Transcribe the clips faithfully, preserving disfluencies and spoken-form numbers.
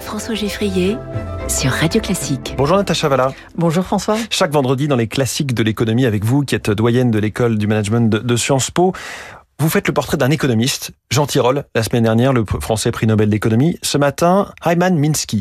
François Geffrier sur Radio Classique. Bonjour Natacha Valla. Bonjour François. Chaque vendredi dans les classiques de l'économie avec vous, qui êtes doyenne de l'école du management de, de Sciences Po, vous faites le portrait d'un économiste, Jean Tirole, la semaine dernière, le français prix Nobel d'économie. Ce matin, Hyman Minsky.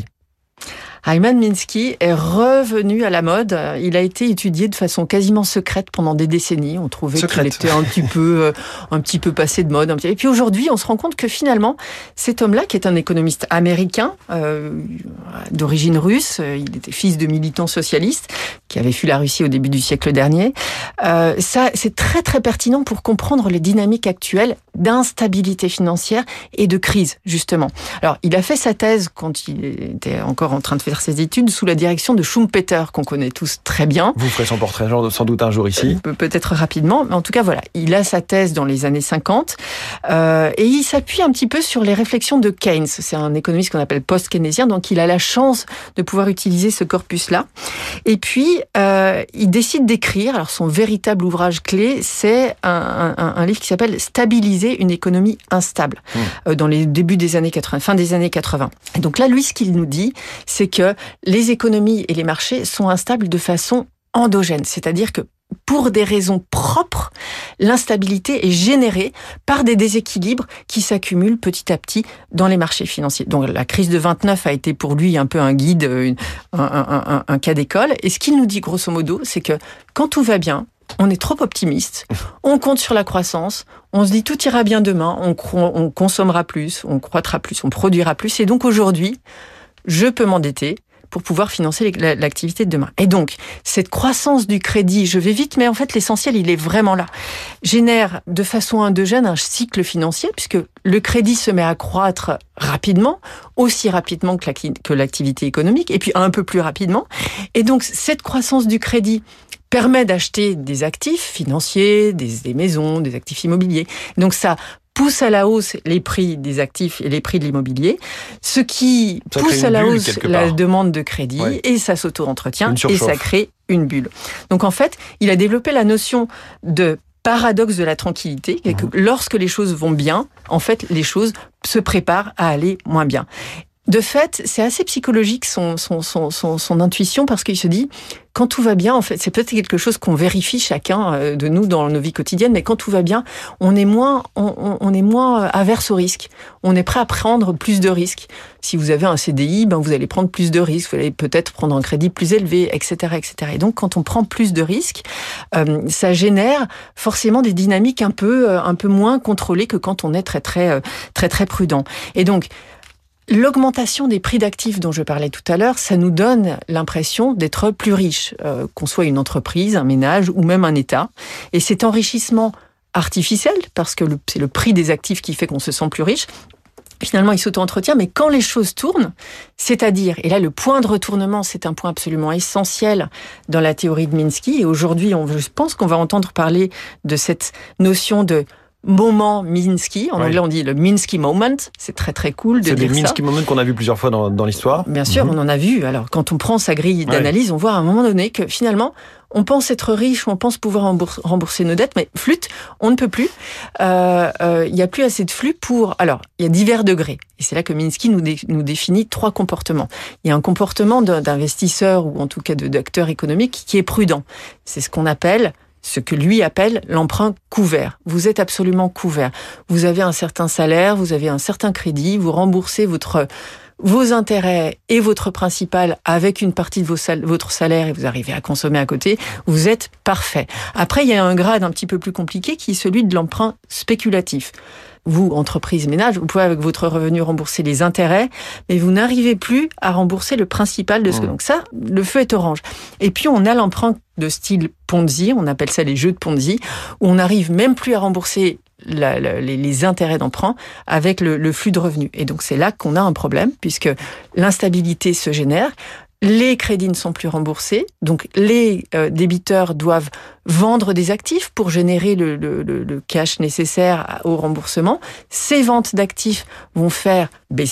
Hyman Minsky est revenu à la mode. Il a été étudié de façon quasiment secrète pendant des décennies. On trouvait Secrète. qu'il était un petit peu, un petit peu passé de mode. Et puis aujourd'hui, on se rend compte que finalement, cet homme-là, qui est un économiste américain, euh, d'origine russe, il était fils de militants socialistes, qui avait fui la Russie au début du siècle dernier. Euh, ça, c'est très très pertinent pour comprendre les dynamiques actuelles d'instabilité financière et de crise, justement. Alors, il a fait sa thèse quand il était encore en train de faire ses études sous la direction de Schumpeter, qu'on connaît tous très bien. Vous ferez son portrait sans doute un jour ici. Pe- peut-être rapidement, mais en tout cas, voilà. Il a sa thèse dans les années cinquante euh, et il s'appuie un petit peu sur les réflexions de Keynes. C'est un économiste qu'on appelle post-keynésien, donc il a la chance de pouvoir utiliser ce corpus-là. Et puis, euh, il décide d'écrire. Alors, son véritable ouvrage clé, c'est un, un, un livre qui s'appelle « Stabiliser une économie instable mmh. » euh, dans les débuts des années quatre-vingts, fin des années quatre-vingts. Et donc là, lui, ce qu'il nous dit, c'est que les économies et les marchés sont instables de façon endogène, c'est-à-dire que pour des raisons propres, l'instabilité est générée par des déséquilibres qui s'accumulent petit à petit dans les marchés financiers. Donc la crise de vingt-neuf a été pour lui un peu un guide, une, un, un, un, un cas d'école. Et ce qu'il nous dit grosso modo, c'est que quand tout va bien, on est trop optimiste, on compte sur la croissance, on se dit tout ira bien demain, on, on consommera plus, on croîtra plus, on produira plus. Et donc aujourd'hui, je peux m'endetter pour pouvoir financer l'activité de demain. Et donc, cette croissance du crédit, je vais vite, mais en fait, l'essentiel, il est vraiment là, génère de façon endogène un cycle financier, puisque le crédit se met à croître rapidement, aussi rapidement que l'activité économique, et puis un peu plus rapidement. Et donc, cette croissance du crédit permet d'acheter des actifs financiers, des, des maisons, des actifs immobiliers. Donc, ça pousse à la hausse les prix des actifs et les prix de l'immobilier, ce qui ça pousse à la bulle, hausse la demande de crédit, ouais. Et ça s'auto-entretient et ça crée une bulle. Donc en fait, il a développé la notion de paradoxe de la tranquillité, et que mmh. lorsque les choses vont bien, en fait, les choses se préparent à aller moins bien. De fait, c'est assez psychologique son, son, son, son, son intuition, parce qu'il se dit, quand tout va bien, en fait, c'est peut-être quelque chose qu'on vérifie chacun de nous dans nos vies quotidiennes, mais quand tout va bien, on est moins, on, on est moins averse au risque. On est prêt à prendre plus de risques. Si vous avez un C D I, ben vous allez prendre plus de risques, vous allez peut-être prendre un crédit plus élevé, et cetera, et cetera. Et donc, quand on prend plus de risques, euh, ça génère forcément des dynamiques un peu, un peu moins contrôlées que quand on est très, très, très, très prudent. Et donc, l'augmentation des prix d'actifs dont je parlais tout à l'heure, ça nous donne l'impression d'être plus riche, euh, qu'on soit une entreprise, un ménage ou même un État. Et cet enrichissement artificiel, parce que le, c'est le prix des actifs qui fait qu'on se sent plus riche, finalement, il s'auto-entretient, mais quand les choses tournent, c'est-à-dire, et là, le point de retournement, c'est un point absolument essentiel dans la théorie de Minsky, et aujourd'hui, on, je pense qu'on va entendre parler de cette notion de moment Minsky. En oui. anglais, on dit le Minsky moment. C'est très, très cool de dire ça. C'est des Minsky moments qu'on a vu plusieurs fois dans, dans l'histoire. Bien sûr, mmh. on en a vu. Alors, quand on prend sa grille d'analyse, oui. on voit à un moment donné que finalement, on pense être riche, on pense pouvoir rembourser nos dettes, mais flûte, on ne peut plus. Euh, euh, il n'y a plus assez de flux pour... Alors, il y a divers degrés. Et c'est là que Minsky nous, dé, nous définit trois comportements. Il y a un comportement d'investisseur, ou en tout cas de, d'acteur économique, qui est prudent. C'est ce qu'on appelle... ce que lui appelle l'emprunt couvert. Vous êtes absolument couvert. Vous avez un certain salaire, vous avez un certain crédit, vous remboursez votre, vos intérêts et votre principal avec une partie de vos sal- votre salaire et vous arrivez à consommer à côté. Vous êtes parfait. Après, il y a un grade un petit peu plus compliqué qui est celui de l'emprunt spéculatif. Vous, entreprise, ménage, vous pouvez avec votre revenu rembourser les intérêts, mais vous n'arrivez plus à rembourser le principal de ce que... Donc ça, le feu est orange. Et puis, on a l'emprunt de style Ponzi, on appelle ça les jeux de Ponzi, où on n'arrive même plus à rembourser la, la, les, les intérêts d'emprunt avec le, le flux de revenus. Et donc, c'est là qu'on a un problème, puisque l'instabilité se génère. Les crédits ne sont plus remboursés, donc les euh, débiteurs doivent vendre des actifs pour générer le, le, le cash nécessaire au remboursement. Ces ventes d'actifs vont faire baisser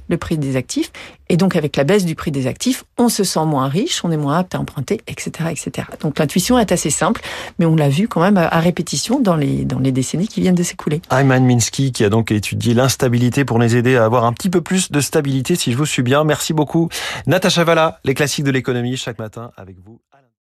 le prix des actifs. Et donc, avec la baisse du prix des actifs, on se sent moins riche, on est moins apte à emprunter, et cetera, et cetera. Donc, l'intuition est assez simple, mais on l'a vu quand même à répétition dans les, dans les décennies qui viennent de s'écouler. Hyman Minsky, qui a donc étudié l'instabilité pour les aider à avoir un petit peu plus de stabilité, si je vous suis bien. Merci beaucoup. Natacha Valla, les classiques de l'économie, chaque matin avec vous.